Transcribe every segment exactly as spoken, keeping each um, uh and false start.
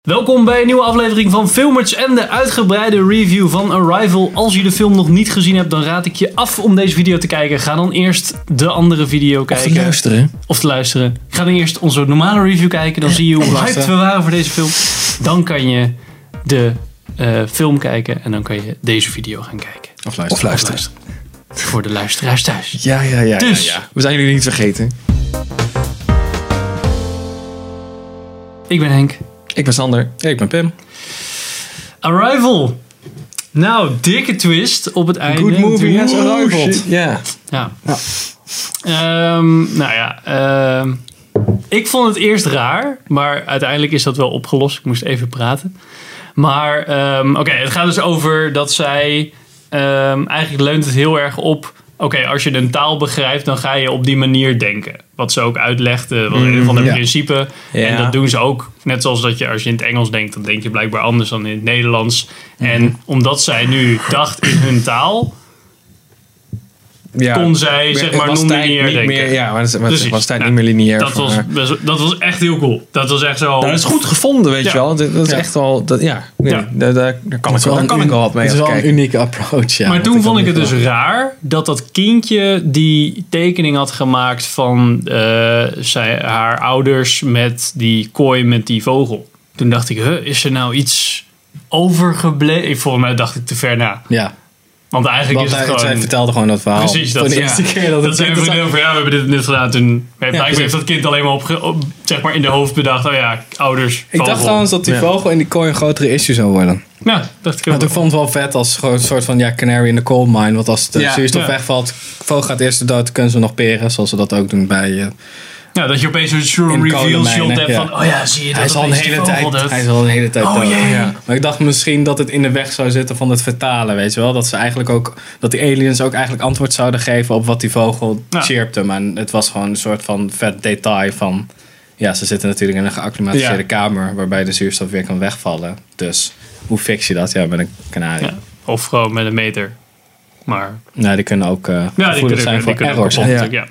Welkom bij een nieuwe aflevering van Filmers en de uitgebreide review van Arrival. Als je de film nog niet gezien hebt, dan raad ik je af om deze video te kijken. Ga dan eerst de andere video kijken. Of te luisteren. Of te luisteren. Ga dan eerst onze normale review kijken. Dan zie je hoe hyped we waren voor deze film. Dan kan je de uh, film kijken en dan kan je deze video gaan kijken. Of luisteren. Of luisteren. Of luisteren. Voor de luisteraars thuis. Ja, ja, ja. Dus. Ja, ja. We zijn jullie niet vergeten. Ik ben Henk. Ik ben Sander. Hey, ik ben Pim. Arrival. Nou, dikke twist op het einde. Good movie has arrived. Ja. Ja. ja. Um, nou ja, um, ik vond het eerst raar, maar uiteindelijk is dat wel opgelost. Ik moest even praten. Maar um, oké, okay, het gaat dus over dat zij... Um, eigenlijk leunt het heel erg op... Oké, okay, als je een taal begrijpt, dan ga je op die manier denken. Wat ze ook uitlegde, wat een van de ja. principe. Ja. En dat doen ze ook. Net zoals dat je, als je in het Engels denkt, dan denk je blijkbaar anders dan in het Nederlands. Mm-hmm. En omdat zij nu dacht in hun taal... Ja, kon zij, zeg maar, non-lineair denken. Meer, ja, maar het was, was tijd nou, niet meer lineair. Dat was, dat was echt heel cool. Dat was echt zo... Nou, dat is goed gevonden, weet ja. je wel. Dat, dat is ja. echt wel... Dat, ja, nee, ja. Daar, daar, daar kan, ik wel, daar kan ik wel wat mee. Het is wel een unieke approach, ja. Maar toen vond ik het dus raar dat dat kindje die tekening had gemaakt van uh, zij, haar ouders met die kooi met die vogel. Toen dacht ik, huh, is er nou iets overgebleven? Volgens mij dacht ik te ver na. Ja. Want eigenlijk Want is het hij, gewoon... zij vertelde gewoon dat verhaal. Precies, dat, voor de ja, eerste keer dat, dat zijn we van, ja, we hebben dit net gedaan. Toen ja, heeft dat kind alleen maar op, op, zeg maar in de hoofd bedacht. Oh ja, ouders, Ik vogel. dacht trouwens dat die ja. vogel in die kooi een grotere issue zou worden. Ja, dacht ik ook. Maar ik vond het wel vet als een soort van ja, canary in the coal mine. Want als de ja, zuurstof ja. wegvalt, vogel gaat eerst de dood, kunnen ze nog peren. Zoals ze dat ook doen bij... Uh, Ja, dat je opeens een shroom reveal shot hebt ja. van... Oh ja, zie je dat? Hij is al een hele tijd dood. Hij is al een hele tijd oh, dood. Yeah. Ja. Maar ik dacht misschien dat het in de weg zou zitten van het vertalen, weet je wel? Dat ze eigenlijk ook... Dat die aliens ook eigenlijk antwoord zouden geven op wat die vogel ja. chirpte. Maar het was gewoon een soort van vet detail van... Ja, ze zitten natuurlijk in een geacclimatiseerde ja. kamer... waarbij de zuurstof weer kan wegvallen. Dus hoe fix je dat? Ja, met een kanarie. Ja. Of gewoon met een meter. Maar... Nou, die kunnen ook uh, ja, gevoelig zijn voor errors. Ja. ja.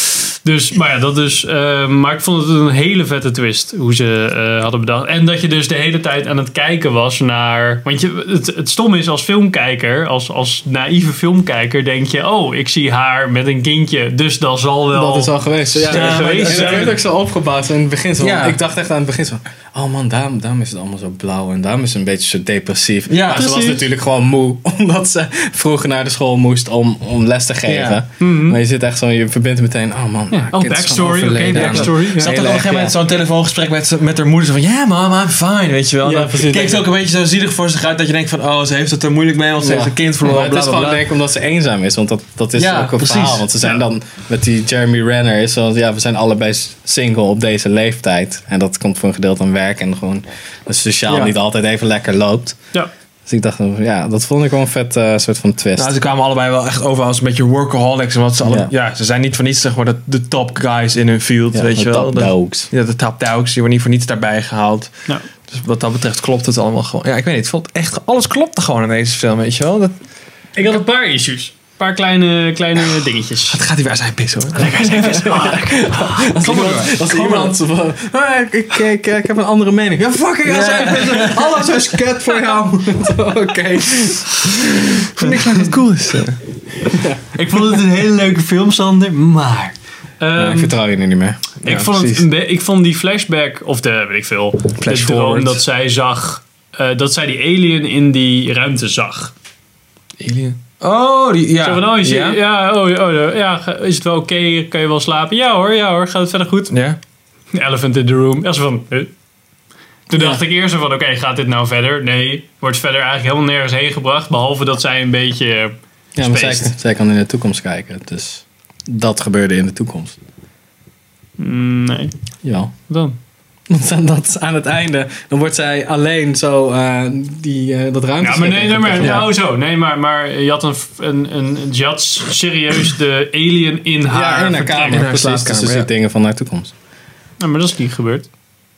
Dus, maar ja, dat dus. Uh, maar ik vond het een hele vette twist hoe ze uh, hadden bedacht. En dat je dus de hele tijd aan het kijken was naar. Want je, het, het stom is als filmkijker, als, als naïeve filmkijker, denk je: oh, ik zie haar met een kindje, dus dat zal wel. Dat is al geweest. Ja, ja, geweest zijn. Het werd ook zo opgebouwd in het begin. Zo, ja. Ik dacht echt aan het begin zo: oh man, daarom, daarom is het allemaal zo blauw en daarom is het een beetje zo depressief. Ja, maar precies. ze was natuurlijk gewoon moe, omdat ze vroeger naar de school moest om, om les te geven. Ja. Mm-hmm. Maar je zit echt zo, je verbindt meteen: oh man. Ja. Oh, backstory, oké, okay, backstory. Ze ja. had ook op een gegeven moment zo'n telefoongesprek met, met haar moeder. Zo van, ja yeah, mama, I'm fine, weet je wel. Ja, dan keek ze ook een beetje zo zielig voor zich uit. Dat je denkt van, oh, ze heeft het er moeilijk mee. Want ze ja. heeft een kind verloren. Maar het is gewoon denk ik omdat ze eenzaam is. Want dat, dat is ja, ook een precies. verhaal. Want ze zijn ja. dan met die Jeremy Renner. Is zo, ja, we zijn allebei single op deze leeftijd. En dat komt voor een gedeelte aan werk. En gewoon sociaal ja. niet altijd even lekker loopt. Ja. Dus ik dacht, ja, dat vond ik wel een vet uh, soort van twist. Nou, ze kwamen allebei wel echt over als een beetje workaholics. En wat ze, alle, ja. Ja, ze zijn niet voor niets zeg maar, de, de top guys in hun field. Ja, weet je de wel. top de, dogs. Ja, de top dogs. Die worden niet voor niets daarbij gehaald. Ja. Dus wat dat betreft klopt het allemaal gewoon. Ja, ik weet niet. Het vond echt, alles klopte gewoon in deze film, weet je wel. Dat... Ik had een paar issues. Een paar kleine, kleine dingetjes. Het gaat hij waar zijn pissen hoor. Lekker zijn pissen. Oh, als Kom iemand, als iemand van, ah, ik, ik, ik, ik heb een andere mening. Ja, fucking ja. zijn pissen. Alles is kut voor jou. Oké. Okay. Vind ik dat het cool is. Ja. Ik vond het een hele leuke film, Sander. Maar... Um, ja, ik vertrouw je nu niet meer. Ik, ja, vond het, ik vond die flashback, of de, weet ik veel, Flash de droom forward. dat zij zag, uh, dat zij die alien in die ruimte zag. Alien? Oh, die, ja. Zo van, oh, je ja? Ziet, ja, oh, oh, ja, is het wel oké? Okay? Kan je wel slapen? Ja hoor, ja hoor, gaat het verder goed? Ja. Elephant in the room. Ja, zo van, huh? Toen dacht ja. ik eerst van, oké, okay, gaat dit nou verder? Nee, wordt verder eigenlijk helemaal nergens heen gebracht, behalve dat zij een beetje ja, maar zij, zij kan in de toekomst kijken, dus dat gebeurde in de toekomst. Mm, nee. Ja. Dan? Want dat aan het einde, dan wordt zij alleen zo uh, die, uh, dat ruimte. Ja, maar nee, nee, maar, ja. nou zo. Nee, maar, maar je had een, een, een Jats serieus de alien in haar ja, in haar kamer. Ja, precies, dus ze ziet dingen van haar toekomst. Ja, maar dat is niet gebeurd.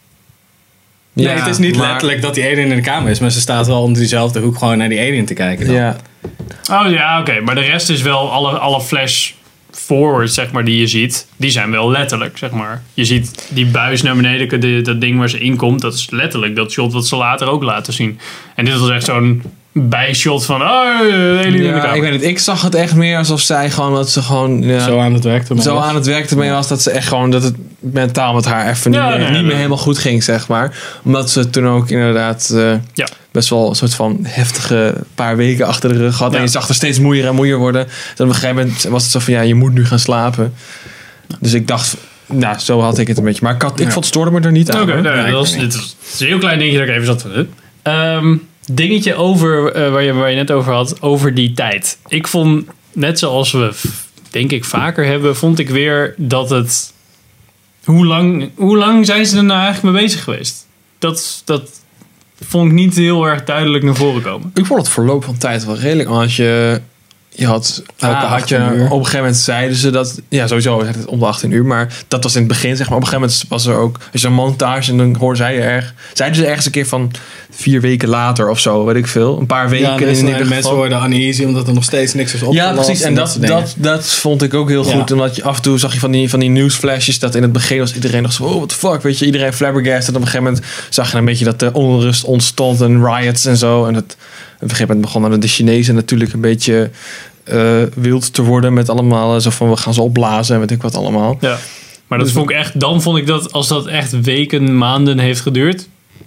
Nee, ja, het is niet maar... letterlijk dat die alien in de kamer is, maar ze staat wel om diezelfde hoek gewoon naar die alien te kijken. Dan. Ja. Oh ja, oké. Okay. Maar de rest is wel alle, alle flash forwards, zeg maar, die je ziet, die zijn wel letterlijk, zeg maar. Je ziet die buis naar beneden, de, dat ding waar ze in komt, dat is letterlijk dat shot wat ze later ook laten zien. En dit was echt zo'n bijshot van, oh, de alien in de Ja, kamer. ik weet het. Ik zag het echt meer alsof zij gewoon, dat ze gewoon... Ja, Zo aan het werk ermee zo was. aan het werk ermee was, dat ze echt gewoon, dat het mentaal met haar even Ja, niet, meer, nee, niet nee. meer helemaal goed ging, zeg maar. Omdat ze toen ook inderdaad uh, Ja. best wel een soort van heftige paar weken achter de rug had. Ja. En je zag er steeds moeier en moeier worden. Dus op een gegeven moment was het zo van, ja, je moet nu gaan slapen. Dus ik dacht, nou, zo had ik het een beetje. Maar ik, had, ik Ja. vond het stoorde me er niet aan. Oké, hoor. nou, Nee, dat ik was, weet dit is een heel klein dingetje dat ik even zat te doen. Ehm, dingetje over, uh, waar, je, waar je net over had, over die tijd. Ik vond, net zoals we f- denk ik vaker hebben, vond ik weer dat het... Hoe lang, hoe lang zijn ze er nou eigenlijk mee bezig geweest? Dat, dat vond ik niet heel erg duidelijk naar voren komen. Ik vond het verloop van tijd wel redelijk. Want je, je had, elke Ah, had je achttien uur. op een gegeven moment zeiden ze dat, ja, sowieso het om de achttien uur, maar dat was in het begin, zeg maar. Op een gegeven moment was er ook is er een montage en dan hoorden zij je erg, zeiden ze ergens een keer van vier weken later of zo, weet ik veel, een paar weken Ja, in dus ieder mensen geval. worden uneasy omdat er nog steeds niks is opgelost. Ja, precies. En dat, soort dingen. dat, dat vond ik ook heel goed. Ja. Omdat je af en toe zag je van die, van die nieuwsflashes. Dat in het begin was iedereen nog zo, oh, what the fuck. Weet je, iedereen flabbergasted. Op een gegeven moment zag je een beetje dat er onrust ontstond. En riots en zo. En het, op een gegeven moment begonnen de Chinezen natuurlijk een beetje uh, wild te worden. Met allemaal uh, zo van, we gaan ze opblazen en weet ik wat allemaal. Ja. Maar dat Dus- vond ik echt, dan vond ik dat, als dat echt weken, maanden heeft geduurd,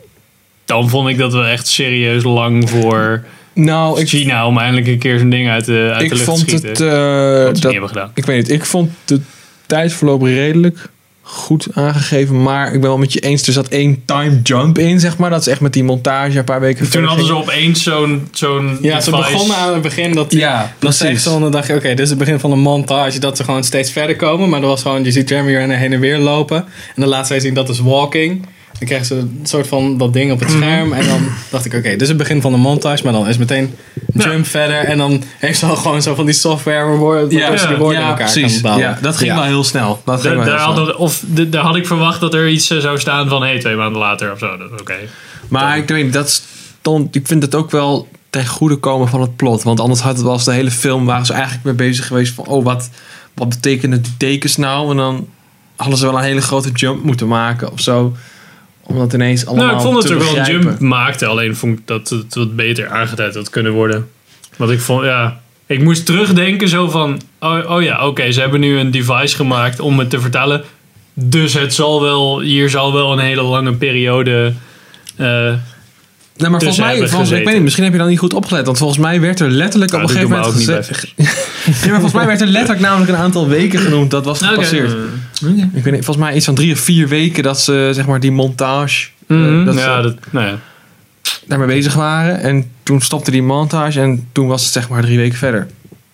dan vond ik dat wel echt serieus lang voor Nou, ik, China om eindelijk een keer zo'n ding uit de, uit de ik lucht vond te schieten. het... uh, wat ze niet dat, hebben gedaan. ik weet niet, ik vond de tijdverloop redelijk goed aangegeven, maar ik ben wel met je eens, er zat één time jump in, zeg maar. Dat is echt met die montage een paar weken Toen verder hadden ze ging. opeens zo'n zo'n Ja, ze device. begonnen aan het begin dat die, Ja, dat ze echt precies. zo, en dan dacht je, oké, dit is het begin van een montage, dat ze gewoon steeds verder komen. Maar dat was gewoon, je ziet Jeremy Renner heen en weer lopen. En dan laat zij zien, dat is walking. Dan krijgen ze een soort van dat ding op het scherm. En dan dacht ik, oké, dit is het begin van de montage. Maar dan is meteen jump verder. En dan heeft ze al gewoon zo van die software waar Ja, tussen die woorden in elkaar precies. kan bouwen. Ja, dat ging Ja. wel heel snel. Dat ging Da- wel heel daar, snel. hadden, of, de- daar had ik verwacht dat er iets eh, zou staan van hey, twee maanden later of zo. Dat- Oké. Maar ik weet niet, dat stond, ik vind het ook wel ten goede komen van het plot. Want anders had het wel eens de hele film, waren ze eigenlijk mee bezig geweest van, oh, wat, wat betekenen die tekens nou? En dan hadden ze wel een hele grote jump moeten maken of zo. Om dat ineens allemaal Nou, ik vond dat te er wel een begrijpen. jump maakte. Alleen vond ik dat het wat beter aangeduid had kunnen worden. Want ik vond, ja... Ik moest terugdenken zo van... Oh, oh ja, oké, ze hebben nu een device gemaakt om het te vertalen. Dus het zal wel... Hier zal wel een hele lange periode... eh Nee, maar volgens mij, hebben volgens, ik gezeten. weet niet, misschien heb je dan niet goed opgelet. Want volgens mij werd er letterlijk Nou, op een dat gegeven doet me moment ook niet bij gezegd. Ja, maar volgens mij werd er letterlijk namelijk een aantal weken genoemd dat was gepasseerd. Ik weet niet, volgens mij iets van drie of vier weken dat ze zeg maar die montage eh, Mhm, dat ja, ze dat, nou ja. daarmee bezig waren. En toen stopte die montage en toen was het zeg maar drie weken verder.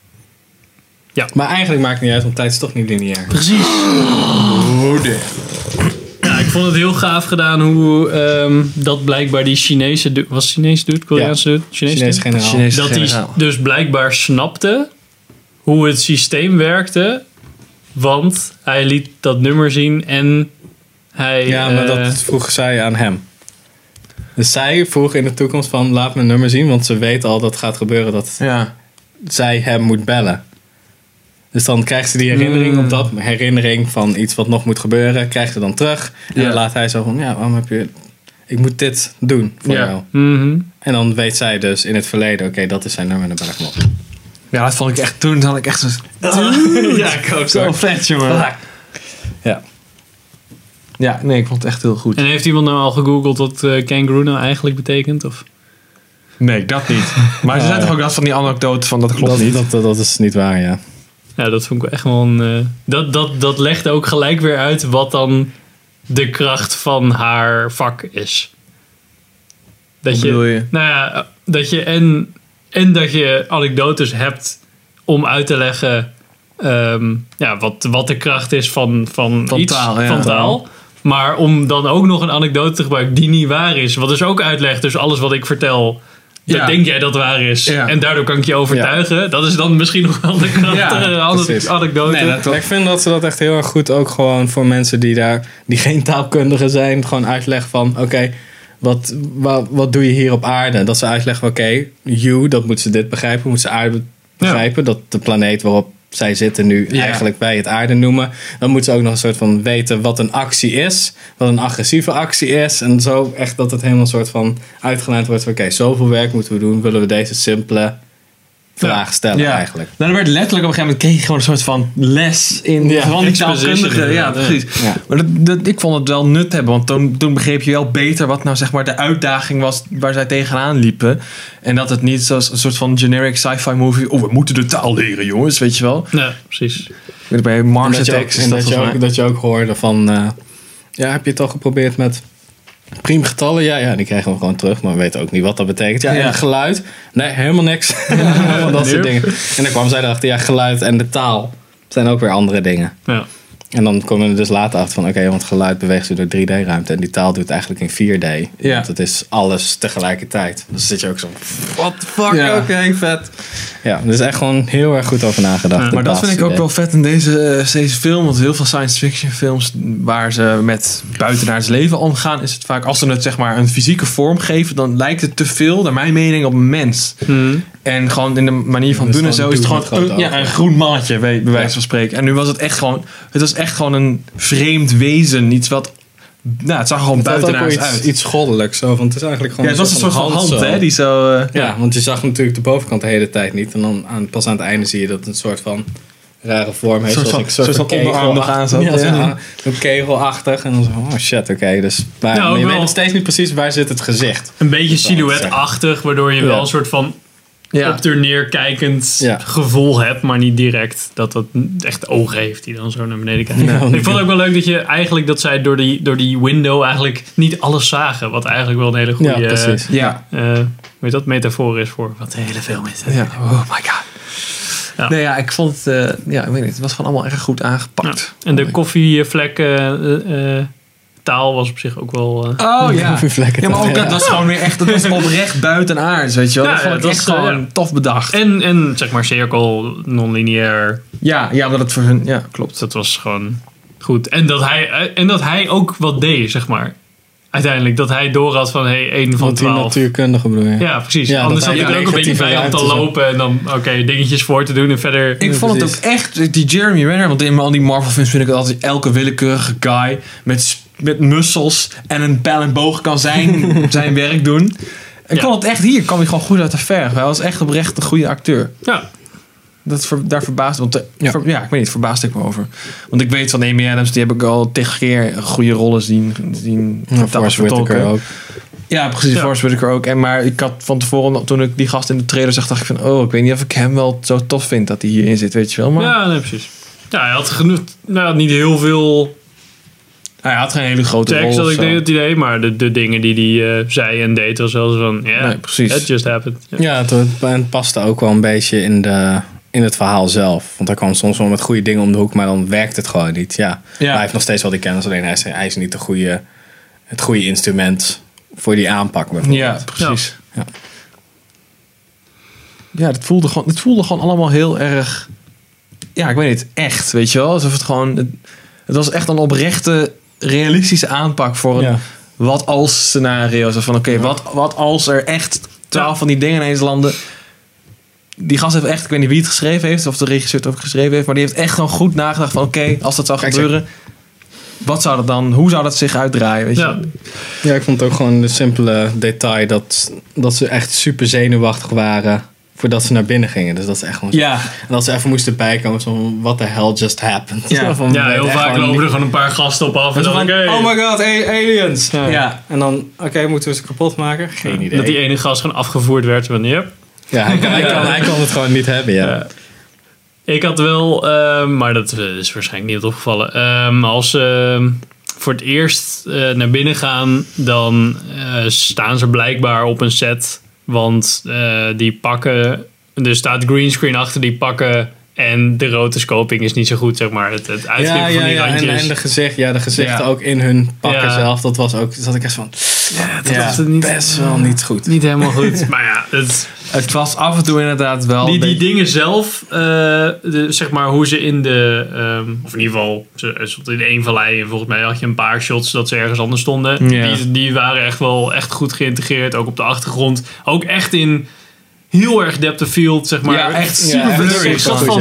Maar eigenlijk maakt het niet uit, want tijd is toch niet lineair. Precies. Oh, de. Ja, ik vond het heel gaaf gedaan hoe ehm, dat blijkbaar die Chinese... du- Was het Chinese dude? Koreaanse dude? Chinese Chinese dude? generaal. Chinese Dat hij generaal. dus blijkbaar snapte hoe het systeem werkte. Want hij liet dat nummer zien en hij... Ja, maar eh, dat vroeg zij aan hem. Dus zij vroeg in de toekomst van, laat me een nummer zien, want ze weet al dat het gaat gebeuren dat Ja. zij hem moet bellen. Dus dan krijgt ze die herinnering Mm. op dat herinnering van iets wat nog moet gebeuren, krijgt ze dan terug. En Ja. dan laat hij zo van, ja, waarom heb je... Ik moet dit doen voor Ja. jou. mhm. En dan weet zij dus in het verleden, oké, dat is zijn nummer en dan bel ik hem op. Ja, dat vond ik echt, toen had ik echt zo, Ja, ik ook zo vet, jongen. Ja. Ja, nee, ik vond het echt heel goed. En heeft iemand nou al gegoogeld wat eh, kangaroo nou eigenlijk betekent? Of? Nee, dat niet. Maar ze zijn toch ook dat van die anekdote van dat klopt Dat, niet. dat, dat, dat is niet waar, ja. Ja, dat vond ik echt wel een... eh, dat, dat, dat legt ook gelijk weer uit wat dan de kracht van haar vak is. Dat Wat je, bedoel je? Nou ja, dat je en, en dat je anekdotes hebt om uit te leggen ehm, ja, wat, wat de kracht is van, van, Van iets, taal, ja. van taal. Maar om dan ook nog een anekdote te gebruiken die niet waar is. Wat dus ook uitlegt, dus alles wat ik vertel, dat Ja. denk jij dat waar is. Ja. En daardoor kan ik je overtuigen. Dat is dan misschien nog wel de krachtige Ja, precies. anekdote. Nee, dat- Maar ik vind dat ze dat echt heel erg goed ook gewoon voor mensen die daar, die geen taalkundigen zijn, gewoon uitleggen van, oké, wat, wat, wat doe je hier op aarde? Dat ze uitleggen, oké, you, dat moet ze dit begrijpen, moet ze aarde begrijpen, dat de planeet waarop zij zitten nu Ja. eigenlijk bij het aarde noemen. Dan moeten ze ook nog een soort van weten wat een actie is. Wat een agressieve actie is. En zo echt dat het helemaal een soort van uitgeleid wordt. Oké, okay, zoveel werk moeten we doen. Willen we deze simpele vraag stellen Ja. eigenlijk. Nou, er werd letterlijk op een gegeven moment kreeg je gewoon een soort van les in Ja, van die exposition, taalkundige. Ja, ja. precies. Ja. Maar dat, dat, ik vond het wel nut hebben, want toen, toen begreep je wel beter wat nou zeg maar de uitdaging was waar zij tegenaan liepen. En dat het niet zoals een soort van generic sci-fi movie. Oh, we moeten de taal leren, jongens, weet je wel. Ja, precies. Ik weet bij Mars En dat je ook, Attacks is en dat dat je volgens ook, mij. dat je ook hoorde van... Uh, ja, heb je het al geprobeerd met priemgetallen? Ja, ja, die krijgen we gewoon terug. Maar we weten ook niet wat dat betekent. Ja, Ja. en het geluid? Nee, helemaal niks. Helemaal dat soort dingen. En dan kwam zij erachter, ja, geluid en de taal zijn ook weer andere dingen. Ja. En dan komen we er dus later achter van... Oké, okay, want geluid beweegt zich door drie D-ruimte. En die taal doet eigenlijk in vier D. Ja. Want het is alles tegelijkertijd. Dus dan zit je ook zo... What the fuck? Ja. Oké, okay, vet. Ja, er is echt gewoon heel erg goed over nagedacht. Ja, Het Maar dat vind ik ook basisidee. wel vet in deze, eh, deze film. Want heel veel science fiction films waar ze met buitenaards leven omgaan, is het vaak als ze het zeg maar een fysieke vorm geven, dan lijkt het te veel, naar mijn mening, op een mens. Hmm. En gewoon in de manier van Dat is doen en zo gewoon is het doen gewoon met een, grote ja, een ogen. groen mannetje, bij, bij wijze Ja. van spreken. En nu was het echt gewoon, het was echt gewoon een vreemd wezen. Iets wat, nou, het zag er gewoon Het had ook wel buitenaards iets, uit. iets goddelijks. Zo, want het is eigenlijk gewoon Ja, het was een soort van hand, zo. hè, die zo... eh, Ja, want je zag natuurlijk de bovenkant de hele tijd niet. En dan aan, pas aan het einde zie je dat het een soort van rare vorm heeft. Een soort zoals van- een soort van onderarm nog aan zat, Ja, ja. zo, een kegelachtig. En dan zo, oh shit, oké. Dus, maar Ja, ook maar je wel- weet nog steeds niet precies waar zit het gezicht. Een beetje Dat zou ik silhouetachtig, waardoor je wel Ja. een soort van ja. op de neerkijkend Ja. gevoel hebt, maar niet direct dat dat echt ogen heeft die dan zo naar beneden kijken. Ja. Ik vond het ook wel leuk dat je eigenlijk dat zij door die, door die window eigenlijk niet alles zagen, wat eigenlijk wel een hele goede Ja, precies. Ja. eh, hoe heet dat, metafoor is voor wat de hele film is. Ja, oh my god. Ja. Nee, ja, ik vond het, eh, ja, ik weet niet, het was gewoon allemaal erg goed aangepakt. En de koffievlekken eh, eh, taal was op zich ook wel... eh, Oh ja. Koffievlekken. Ja, maar ook dat was gewoon weer echt, dat was oprecht buitenaards, weet je wel. Ja, dat vond ja, ik dat echt was, gewoon ja. tof bedacht. En, en zeg maar cirkel, non-lineair. Ja, ja, omdat het voor hun, ja, klopt. Dat was gewoon goed. En dat hij, en dat hij ook wat deed, zeg maar. Uiteindelijk, dat hij door had van, hey, één van Want die twaalf. natuurkundige bedoel je? Ja, precies. Ja, Anders dat had hij ik er ook een beetje negatieve bij om te ruimte zo. lopen. En dan, oké, dingetjes voor te doen en verder... Ik vond het ook echt, die Jeremy Renner, want in al die Marvel films vind ik altijd elke willekeurige guy met, sp- met muscles en een pijl en boog kan zijn, zijn werk doen. Ik Ja. vond het echt, hier kwam hij gewoon goed uit de verf. Hij was echt oprecht een goede acteur. Ja, Dat ver, daar verbaasde, want de, Ja. ver- ja, ik weet niet, verbaasde ik me over. Want ik weet van Amy Adams, die heb ik al tegen keer goede rollen zien, zien Ja, vertolken. Forest Whitaker ook. Ja, precies, Ja. Forest Whitaker ook. En maar ik had van tevoren, toen ik die gast in de trailer zag, dacht ik van, oh, ik weet niet of ik hem wel zo tof vind dat hij hierin zit, weet je wel. Maar ja, nee, precies. Ja, hij had genoeg, nou, niet heel veel hij had geen hele grote rol. tekst, of dat ik zo. deed het idee, maar de, de dingen die hij eh, zei en deed, was wel zo van, ja, Nee, precies. it just happened. Ja. Ja, het, het paste ook wel een beetje in, de, in het verhaal zelf. Want hij kwam soms wel met goede dingen om de hoek, maar dan werkt het gewoon niet. Ja. Maar hij heeft nog steeds wel die kennis, alleen hij is, hij is niet de goede, het goede instrument voor die aanpak bijvoorbeeld. Ja, precies. Ja. Ja, het voelde gewoon, het voelde gewoon allemaal heel erg, ja, ik weet niet, echt, weet je wel. Alsof het gewoon, het, het was echt een oprechte, realistische aanpak voor een Ja. wat als scenario. Zo van, oké, wat, wat als er echt twaalf Ja. van die dingen ineens landen. Die gast heeft echt, ik weet niet wie het geschreven heeft, of de regisseur het ook geschreven heeft, maar die heeft echt gewoon goed nagedacht van, oké, als dat zou Kijk, gebeuren, wat zou dat dan, hoe zou dat zich uitdraaien, weet je Ja. wel? Ja, ik vond het ook gewoon een simpele detail dat, dat ze echt super zenuwachtig waren voordat ze naar binnen gingen. Dus dat ze echt gewoon zo- Ja, en dat ze even moesten bijkomen van what the hell just happened. Ja. Van, we Ja, weten heel echt vaak gewoon lopen er niet- gewoon een paar gasten op af. En En zo dan, van, oké. oh my god, a- aliens. Ja. Ja. En dan, oké, moeten we ze kapot maken? Geen idee. Dat die ene gast gewoon afgevoerd werd. Van, yep. Ja, hij kan, hij, kan, hij kan het gewoon niet hebben, ja. Ja. Ik had wel, ehm, maar dat eh, is waarschijnlijk niet opgevallen. Ehm, als ze ehm, voor het eerst eh, naar binnen gaan, dan eh, staan ze blijkbaar op een set. Want eh, die pakken, er staat greenscreen achter die pakken. En de rotoscoping is niet zo goed, zeg maar. Het, het uitknippen Ja, van ja, die ja. En, randjes. en de, gezicht, ja, de gezichten Ja. ook in hun pakken Ja. zelf. Dat was ook, zat ik echt van, ja, dat ja, was het niet, best wel niet goed. niet helemaal goed. Maar ja, het, het was af en toe inderdaad wel... Die, een die beetje- dingen zelf, eh, de, zeg maar hoe ze in de, ehm, of in ieder geval, ze ze stond in één vallei en volgens mij had je een paar shots dat ze ergens anders stonden. Ja. Die, die waren echt wel echt goed geïntegreerd, ook op de achtergrond. Ook echt in heel erg depth of field, zeg maar. Ja, echt super Ja, blurry Ik zat zo. van,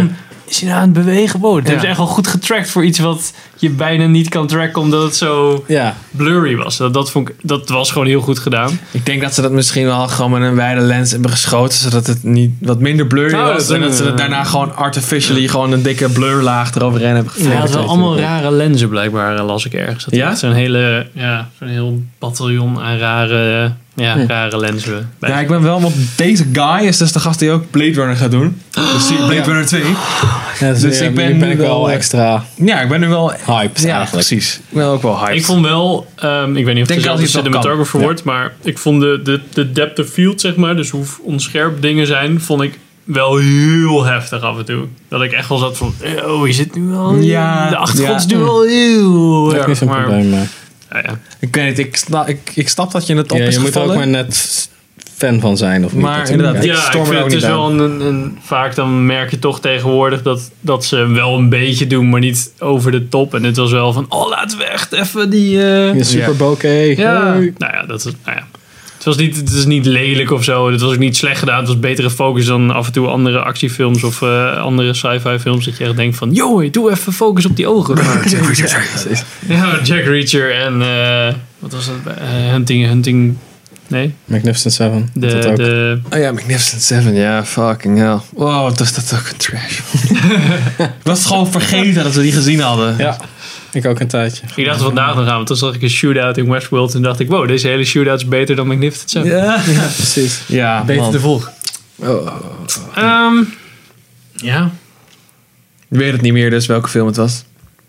is hij nou aan het bewegen? Wow, dat Ja. hebben ze echt wel goed getrackt voor iets wat je bijna niet kan tracken omdat het zo Ja. blurry was. Dat, dat, vond ik, dat was gewoon heel goed gedaan. Ik denk dat ze dat misschien wel gewoon met een wijde lens hebben geschoten, zodat het niet wat minder blurry Nou, was. dat- En dat ze het daarna gewoon artificially gewoon een dikke blurlaag eroverheen hebben Hij had geflikkerd. wel allemaal rare lenzen blijkbaar, las ik ergens. Dat Ja? echt Zo'n hele, ja, zo'n heel bataljon aan rare, ja, Hm. rare lenzen. bij. Ja, ik ben wel, want deze guy is dus de gast die ook Blade Runner gaat doen. Dus die Blade Ja. Runner twee. Ja, dus Dus ik ik ben, ben nu ben nu ik wel wel, extra Ja, ik ben nu wel... hyped Ja, eigenlijk. precies. Ik ben ook wel hyped. Ik vond wel, um, ik weet niet of Denk het dat dezelfde hij het wel cinematographer kan. wordt, maar ik vond de, de, de depth of field, zeg maar, dus hoe onscherp dingen zijn, vond ik wel heel heftig af en toe. Dat ik echt wel zat van, oh, je zit nu al... Ja, de achtergrond is ja. nu al heel Dat is erg, niet zo'n maar... probleem. Maar. Ja, ja. Ik weet niet, ik snap, ik, ik snap dat je in het op Ja, is je moet er gevallen. ook maar net fan van zijn. Of niet, Maar natuurlijk. inderdaad, Ja. ik Ja, ik storm er vind ook het is niet wel aan. een, een... Vaak dan merk je toch tegenwoordig dat, dat ze wel een beetje doen, maar niet over de top. En dit was wel van, oh, laten we echt even die... eh, Ja, super Ja. bokeh. Ja, Hey. nou ja, dat is, nou ja. Het was niet, het is niet lelijk of zo. Het was ook niet slecht gedaan. Het was betere focus dan af en toe andere actiefilms of eh, andere sci-fi films. Dat je echt denkt van, joh, doe even focus op die ogen. Ja, Jack Reacher en uh, wat was het? Uh, Hunting, Hunting, nee, Magnificent Seven. de, dat ook. de Oh ja, Magnificent Seven, ja, fucking hell. Wow, wat was dat ook een trash. Ik was het gewoon vergeten dat we die gezien hadden. Ja, ik ook een tijdje. ik dacht vandaag nog aan, want toen zag ik een shootout in Westworld en dacht ik, wow, deze hele shootout is beter dan Magnificent Seven. Ja, Ja, precies. ja Beter man. te volgen. Oh, Ehm, ja, ik weet het niet meer dus welke film het was.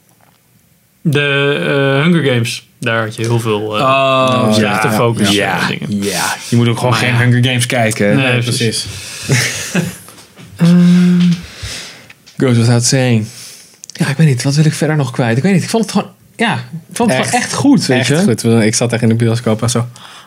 de uh, Hunger Games. Daar had je heel veel uh, Oh, slechte focus. Ja, uh, dingen. ja, je moet ook gewoon Maar geen ja. Hunger Games kijken. Nee, Nee, precies. precies. Goes without saying. Ja, ik weet niet, wat wil ik verder nog kwijt? Ik weet niet, ik vond het gewoon, ja, ik vond het Echt. gewoon echt goed, weet Echt je. goed. Ik zat echt in de bioscoop en zo.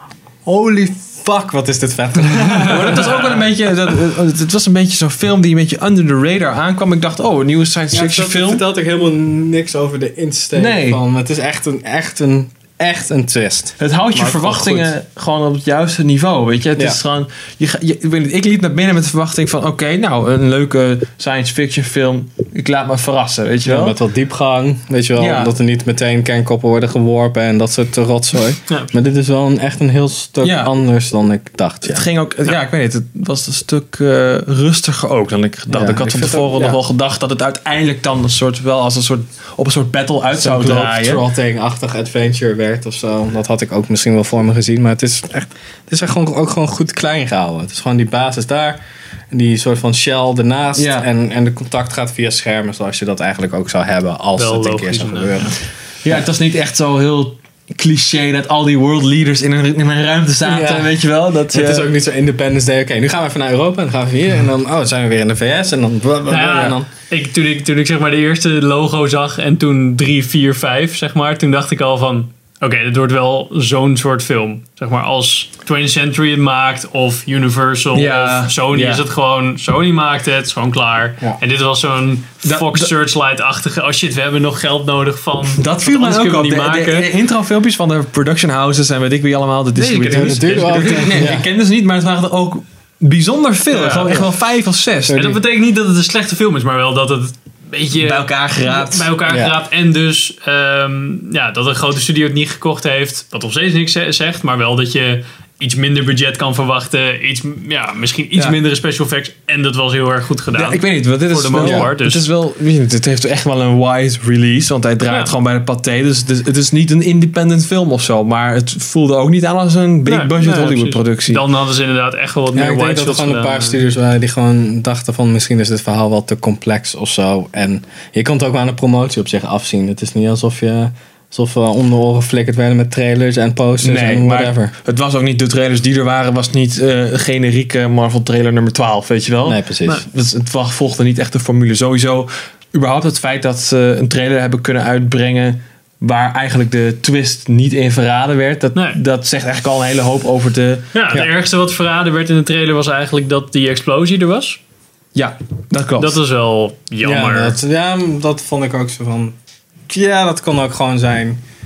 Holy fuck, wat is dit vet. Maar dat was ook wel een beetje, dat, het het was een beetje zo'n film die een beetje under the radar aankwam. Ik dacht, oh, een nieuwe science fiction film. vertelt ook helemaal niks over de insteek Nee. van. Het is echt een, echt een, echt een twist. Het houdt je Maar gewoon verwachtingen gewoon op het juiste niveau, weet je. Het Ja. is gewoon, je, ga- je, ik, weet niet, ik liep naar binnen met de verwachting van, oké, nou, een leuke science fiction film. Ik laat me verrassen, weet je Ja, wel. met wat diepgang, weet je wel. Ja. Dat er niet meteen kernkoppen worden geworpen en dat soort rotzooi. Ja. Maar dit is wel een, echt een heel stuk Ja. anders dan ik dacht. Ja. Het ging ook, ja, ik weet niet, het was een stuk eh, rustiger ook dan ik gedacht. Ja, ik had ik van vind tevoren ook, nog ja. wel gedacht dat het uiteindelijk dan een soort, wel als een soort, op een soort battle uit zou draaien. Globetrotting-achtig adventure werd of zo. Dat had ik ook misschien wel voor me gezien. Maar het is echt, het is echt gewoon, ook gewoon goed klein gehouden. Het is gewoon die basis daar. En die soort van shell ernaast. Ja. En, en de contact gaat via schermen. Zoals je dat eigenlijk ook zou hebben. Als Wel het een logisch, keer zou ja. gebeuren. Ja, het was niet echt zo heel cliché dat al die world leaders in een, in een ruimte zaten, Ja. weet je wel. Dat, Het je- is ook niet zo Independence Day. Oké, nu gaan we even naar Europa. En dan gaan we hier. En dan oh, zijn we weer in de V S. En dan... Nou ja, en dan ik, toen, ik, toen ik zeg maar de eerste logo zag en toen drie, vier, vijf, zeg maar, toen dacht ik al van, oké, dit wordt wel zo'n soort film. Zeg maar als twentieth Century het maakt of Universal Ja, of Sony ja. is het gewoon, Sony maakt het, het is gewoon klaar. Ja. En dit was zo'n Dat- Fox dat- Searchlight-achtige, oh shit, we hebben nog geld nodig van, Dat viel want mij ook anders op. kunnen De, we de, niet maken. de introfilmpjes van de production houses en weet ik wie allemaal, de ik ken distributeurs. die niet. Ik- ik- nee, Ja. ik kende ze niet, maar het waren er ook bijzonder veel. Ja, Gewoon echt ja. wel vijf of zes. En dat betekent niet dat het een slechte film is, maar wel dat het een beetje Bij elkaar geraapt. bij elkaar Ja. geraapt. En dus ehm, ja, dat een grote studio het niet gekocht heeft. Wat nog steeds niks ze- zegt. Maar wel dat je iets minder budget kan verwachten. Iets, ja, misschien iets Ja. mindere special effects. En dat was heel erg goed gedaan. Ja, ik weet niet, want dit Voor is de wel, most part, dus. het is wel, weet je, dit heeft echt wel een wide release, want hij draait Ja. gewoon bij de Pathé, dus het is, het is niet een independent film of zo, maar het voelde ook niet aan als een big Nee, budget nee, Hollywood precies. productie. Dan hadden ze inderdaad echt wel wat Ja, meer ik denk wide dat er shots gewoon een gedaan. paar studios waren die gewoon dachten van misschien is dit verhaal wel te complex of zo. En je kon het ook aan de promotie op zich afzien. Het is niet alsof je alsof we om de oren geflikkerd werden met trailers en posters Nee, en maar whatever. het was ook niet de trailers die er waren, was niet eh generieke Marvel trailer nummer twaalf, weet je wel? Nee, precies. Nee. Dus het wa- volgde niet echt de formule. Sowieso, überhaupt het feit dat ze een trailer hebben kunnen uitbrengen waar eigenlijk de twist niet in verraden werd, dat, Nee. dat zegt eigenlijk al een hele hoop over de... Ja, het Ja. ergste wat verraden werd in de trailer was eigenlijk dat die explosie er was. Ja, dat klopt. Dat is wel jammer. Ja dat, ja, dat vond ik ook zo van. Ja, dat kon ook gewoon zijn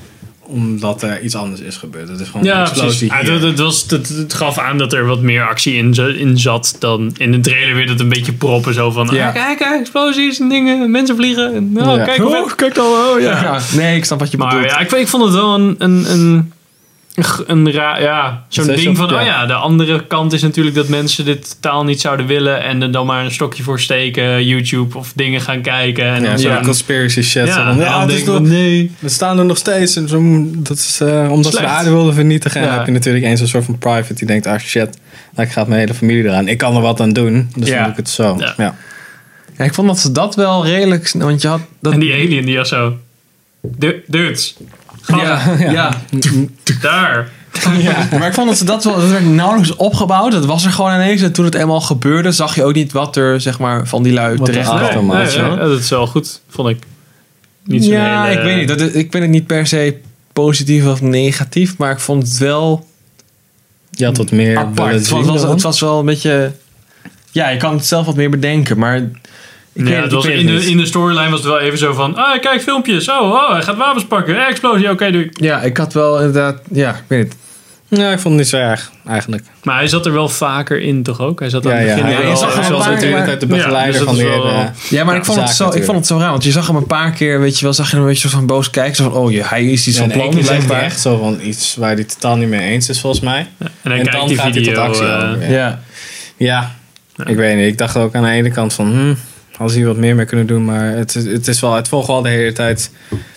omdat er iets anders is gebeurd. Het is gewoon Ja, een explosie precies. Ja, hier. het, het, was, het, het gaf aan dat er wat meer actie in, za- in zat dan in de trailer weer dat een beetje proppen. Zo van, Ja. ah, kijk, kijk, explosies en dingen, mensen vliegen. En, oh, Ja. kijk, hoe vet. Oh, kijk dan. Oh, ja. Ja. Ja. Nee, ik snap wat je Maar bedoelt. ja, ik, ik vond het wel een, een, een, een raar, ja, zo'n Het is ding ook- van, ja. oh ja, de andere kant is natuurlijk dat mensen dit totaal niet zouden willen en er dan maar een stokje voor steken, YouTube of dingen gaan kijken. En Ja, dan zo'n zo'n- conspiracy shit. ja, zo van, ja, dan het denk is ik nog, van, nee. we staan er nog steeds. En zo, dat is uh, omdat Slecht. ze de aarde wilden vernietigen. En Ja. dan heb je natuurlijk eens een soort van private die denkt, ah shit, nou, ik ga mijn hele familie eraan. Ik kan er wat aan doen, dus Ja. dan doe ik het zo. Ja. Ja. Ja, ik vond dat ze dat wel redelijk... Want je had... Dat, En die alien die was zo, "Du- dudes, ja, ja. daar. Maar ik vond dat ze dat wel... Dat werd nauwelijks opgebouwd. Dat was er gewoon ineens. En toen het eenmaal gebeurde, zag je ook niet wat er zeg maar van die lui Wat terecht er kwam. achter Nee, maar, nee, zo. nee, dat is wel goed, vond ik. Niet zo'n Ja, hele- ik weet niet. Dat, is- ik vind het niet per se positief of negatief. Maar ik vond het wel Je had wat meer apart. willen Het was, zien was- dan. het was wel een beetje... Ja, je kan het zelf wat meer bedenken. Maar... Ik weet Ja, het, het ik was weet in, het de, niet. in de storyline was het wel even zo van, ah, kijk filmpjes, oh, oh hij gaat wapens pakken, eh, explosie, oké, doei. Ja, ik had wel inderdaad... Ja, ik weet het. Ja, ik vond het niet zo erg, eigenlijk. Maar hij zat er wel vaker in, toch ook? Hij zat aan Ja, het ja, begin hij wel... je zag hij hem was een paar- natuurlijk uit de Ja, begeleider dus dat van is de wel- hele... Ja, maar Ja, ik, vond het zaak zo, ik natuurlijk. vond het zo raar. Want je zag hem een paar keer, weet je wel, zag je hem een beetje zo van boos kijken. Zo van, oh, je, hij is iets Ja, van in één plan, keer zegt hij blijkbaar. echt zo van iets waar hij het totaal niet mee eens is, volgens mij. En dan En kijkt dan die gaat hij video... tot actie eh, over. Ja. Ja, ik weet niet. Ik dacht ook aan de ene kant van, hm, als hij wat meer mee kunnen doen. Maar het, is- het is wel, het volgt wel de hele tijd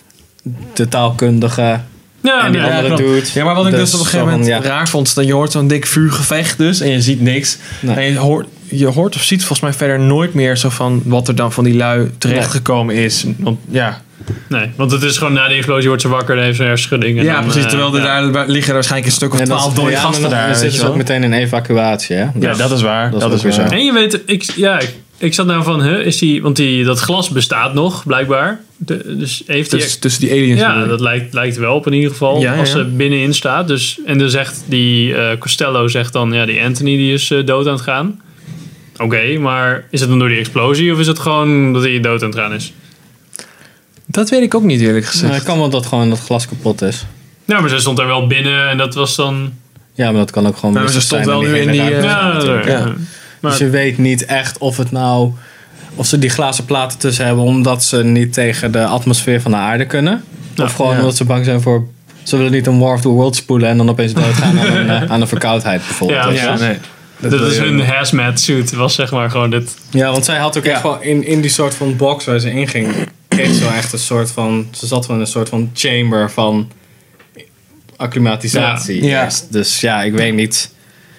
de taalkundige ja, en die nee, ja, andere klopt. dude. Ja, maar wat ik dus, op een gegeven zo van, moment ja. raar vond, is dat je hoort zo'n dik vuurgevecht dus en je ziet niks. Nee. En je hoort, je hoort of ziet volgens mij verder nooit meer zo van wat er dan van die lui terechtgekomen is. Want ja, nee, want het is gewoon na de explosie wordt ze wakker, dan heeft ze herschudding. en ja dan, precies. eh, Terwijl er ja. daar liggen er waarschijnlijk een stuk of En dat- twaalf dode ja, gasten maar dan- daar. Dan weet zitten je ze ook wel. meteen in evacuatie, hè? Ja, dat is waar. dat Dat, is is weer ook zo. weer En je weet, ik, ja, ik, ik zat nou van, huh, is die, want die, dat glas bestaat nog, blijkbaar. De, dus heeft die... Dus, tussen die aliens. Ja, dat lijkt, lijkt wel op in ieder geval. Ja, ja, als ja. ze binnenin staat. Dus, en dan zegt die eh, Costello zegt dan, ja, die Anthony die is eh, dood aan het gaan. Oké, maar is het dan door die explosie of is het gewoon dat hij dood aan het gaan is? Dat weet ik ook niet eerlijk gezegd. Nou, het kan wel dat gewoon dat glas kapot is. Ja, maar ze stond daar wel binnen en dat was dan... Ja, maar dat kan ook gewoon Maar ze mistig stond zijn wel nu in die, hele eh, ruimte Ja, natuurlijk. ja. ja. Maar, Dus je weet niet echt of het nou... Of ze die glazen platen tussen hebben omdat ze niet tegen de atmosfeer van de aarde kunnen. Ja, of gewoon ja. omdat ze bang zijn voor... Ze willen niet een War of the World spoelen en dan opeens doodgaan aan, een, eh, aan een verkoudheid bijvoorbeeld. Ja, Of Ja, zo. nee. dat is hun hazmat suit. Was zeg maar gewoon dit... Ja, want zij had ook echt wel in, in die soort van box waar ze in ging, kreeg ze wel echt een soort van, ze zat wel in een soort van chamber van acclimatisatie. Ja. Ja. eerst. Dus ja, ik weet niet.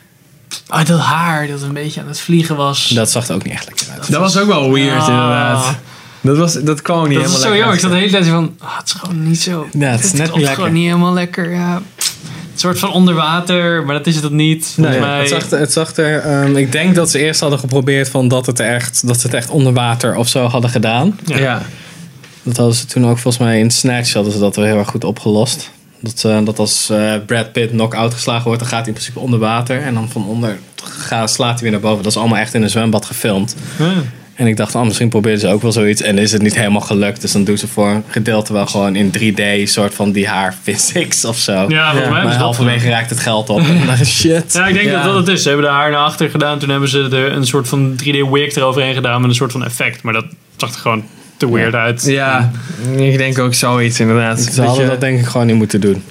Ah, dat haar dat een beetje aan het vliegen was. Dat zag er ook niet echt lekker uit. Dat was ook wel weird Ah. inderdaad. Dat, was, dat kwam niet Dat is helemaal zo lekker jammer. Ik zat de uit. hele tijd zo van, ah, het is gewoon niet zo... Ja, het is net klopt niet lekker. gewoon niet helemaal lekker, ja. Een soort van onder water, maar dat is het ook niet. Volgens Nee, mij... Het zag, er- het zag er, ehm, ik denk dat ze eerst hadden geprobeerd van dat, het echt, dat ze het echt onder water of zo hadden gedaan. Ja. Ja. Dat hadden ze toen ook volgens mij in Snatch hadden ze dat wel heel erg goed opgelost. Dat, eh, dat als eh, Brad Pitt knock-out geslagen wordt, dan gaat hij in principe onder water. En dan van onder gaat, slaat hij weer naar boven. Dat is allemaal echt in een zwembad gefilmd. Ja. En ik dacht, oh, misschien probeerden ze ook wel zoiets. En is het niet helemaal gelukt. Dus dan doen ze voor een gedeelte wel gewoon in drie D soort van die haar physics of zo. Ja, volgens Ja, mij hebben Maar ze dat halverwege raakt het geld op. En dan dacht ik, shit. Ja, ik denk Ja. dat dat het is. Ze hebben de haar naar achter gedaan. Toen hebben ze er een soort van drie D wig eroverheen gedaan met een soort van effect. Maar dat zag er gewoon te weird uit. Ja, ik denk ook zoiets inderdaad. Ze Dat hadden je- dat denk ik gewoon niet moeten doen.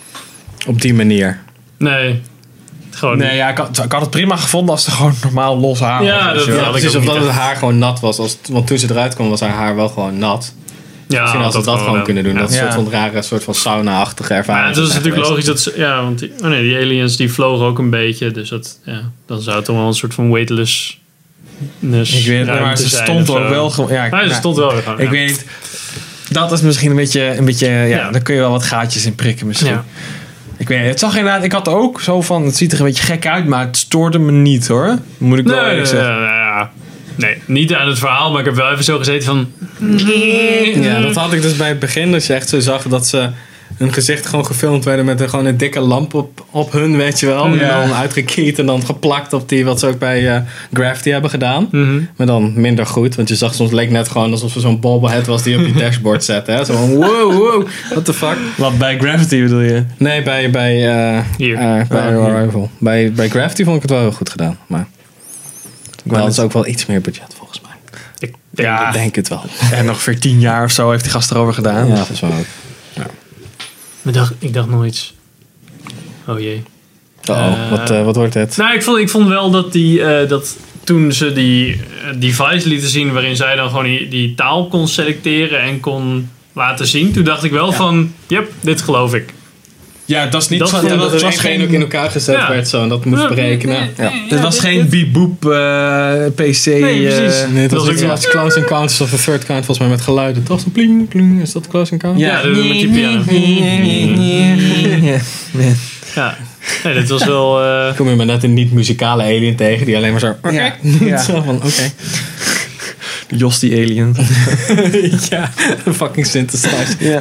Op die manier. Nee. Gewoon Nee, ja, ik had, ik had het prima gevonden als het gewoon normaal los haar Ja, was. weet dat- je wel. ja, Ja, had ik precies, ook of dat niet het haar gewoon nat was. Als, want toen ze eruit kwam was haar haar wel gewoon nat. Ja, Misschien had ze dat gewoon wel. kunnen doen. Ja. Dat is een Ja. soort van rare, soort van sauna-achtige ervaring. Maar het is zijn natuurlijk geweest. logisch dat ze... Ja, want die, oh nee, die aliens die vlogen ook een beetje. Dus dat, ja, dan zou het toch wel een soort van weightlessness Ik weet het, maar ruimte ze zijn stond of ook zo. wel gewoon. Ja, Nee, ze ja, stond wel weer gewoon. Ik ja. weet niet. Dat is misschien een beetje, een beetje ja, Ja. daar kun je wel wat gaatjes in prikken misschien. Ja. Ik weet niet, het zag inderdaad, ik had ook zo van, het ziet er een beetje gek uit, maar het stoorde me niet hoor. Moet ik wel Nee, eerlijk nee, zeggen. nee, ja. nee, niet aan het verhaal, maar ik heb wel even zo gezeten van... Ja, dat had ik dus bij het begin. Dat je echt zo zag dat ze hun gezicht gewoon gefilmd werden met een, gewoon een dikke lamp op, op hun, weet je wel. En Ja. dan uitgekiet en dan geplakt op die, wat ze ook bij uh, Gravity hebben gedaan. Mm-hmm. Maar dan minder goed, want je zag soms, leek net gewoon alsof er zo'n bobblehead was die op je dashboard zette. Hè? Zo van, wow, wow, what the fuck. Wat bij Gravity bedoel je? Nee, bij, bij, uh, Hier. uh, bij Oh, hier. Arrival. Bij, bij Gravity vond ik het wel heel goed gedaan. Maar wel, dat is ook wel iets meer budget volgens mij. Ik denk Ja. Ik denk het wel. En nog weer tien jaar of zo heeft die gast erover gedaan. Ja, dat is wel ook. Ik dacht, ik dacht nog iets. Oh jee. Oh, Uh, wat, uh, wat wordt het? Nou, ik vond, ik vond wel dat, die, uh, dat toen ze die uh, device lieten zien waarin zij dan gewoon die, die taal kon selecteren en kon laten zien. Toen dacht ik wel van, yep, dit geloof ik. Ja, dat is niet Dat van, vond- dat dat was, er was geen geen ook in elkaar gezet Ja. werd zo en dat moest berekenen. Ja. Dit was geen bieboep uh, P C. Nee, precies. uh, Nee, het Dat was was iets ook- als Close Encounters of the Third Kind, volgens mij met geluiden. Toch zo pling, pling. Is dat Close Encounters? Ja, dat met die piano. Ja. Ja, nee, dit was wel... Uh, Kom je maar net een niet-muzikale alien tegen die alleen maar zo... Ja. Ja. Zo van, oké. Jos die alien. Ja, een fucking synthesizer. Ja.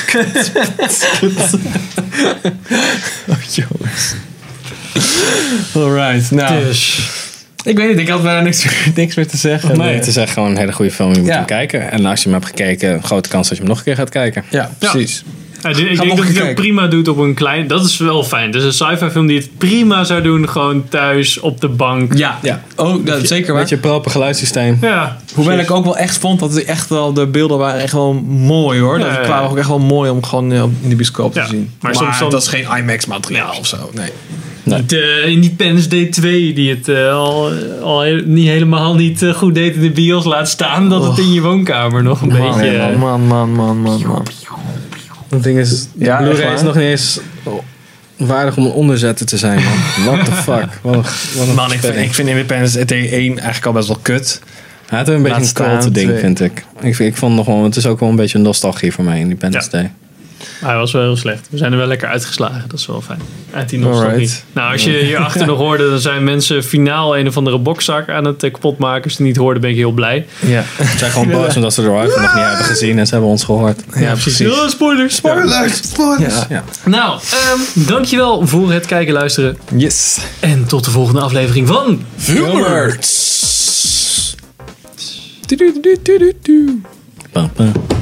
Oh, jongens. Alright, nou. dus... Ik weet niet, ik had bijna niks, niks meer te zeggen. Nee, het is echt gewoon een hele goede film. Je moet Ja. hem kijken. En als je hem hebt gekeken, grote kans dat je hem nog een keer gaat kijken. Ja, precies. Ja, ik denk nog dat hij het ook kijken. prima doet op een klein... Dat is wel fijn. Dus een sci-fi film die het prima zou doen, gewoon thuis op de bank. Ja, Ja. Oh, dat, zeker waar. Weet je, proper geluidssysteem. Ja, Hoewel ik ook wel echt vond dat het echt wel, de beelden waren echt wel mooi hoor. Ja, Dat ja, ja. kwamen ook echt wel mooi om gewoon uh, in de bioscoop Ja, te zien. maar soms dan- dat is geen IMAX materiaal of zo. Nee. Niet, uh, Independence Day twee, die het uh, al, al he- niet helemaal niet uh, goed deed in de bios, laat staan dat het in je woonkamer nog een Man, beetje... uh, man, man, man, man, man. Het ding is, de Ja, echt Blu-ray waar? is nog niet eens waardig om een onderzetter te zijn, man. What the fuck? Wat een, wat een Man, ik vind, versperring. ik vind Independence Day één eigenlijk al best wel kut. Hij had een beetje Laat een staan, cult ding, twee. vind ik. ik. vind- Ik vond nog wel, het is ook wel een beetje een nostalgie voor mij, Independence Ja. Day. Hij was wel heel slecht. We zijn er wel lekker uitgeslagen. Dat is wel fijn. Uit die nostalgie. Alright. Nou, als je hierachter nog hoorde, dan zijn mensen finaal een of andere bokzak aan het uh, kapotmaken. Als je het niet hoorde, ben ik heel blij. Ja, Ze zijn gewoon boos omdat ze de Arrival nog niet hebben gezien en ze hebben ons gehoord. ja precies. Ja, spoilers. Spoilers, spoilers. Ja. Ja. Nou, um, dankjewel voor het kijken, luisteren. Yes. En tot de volgende aflevering van... Filmers. Pam, pam.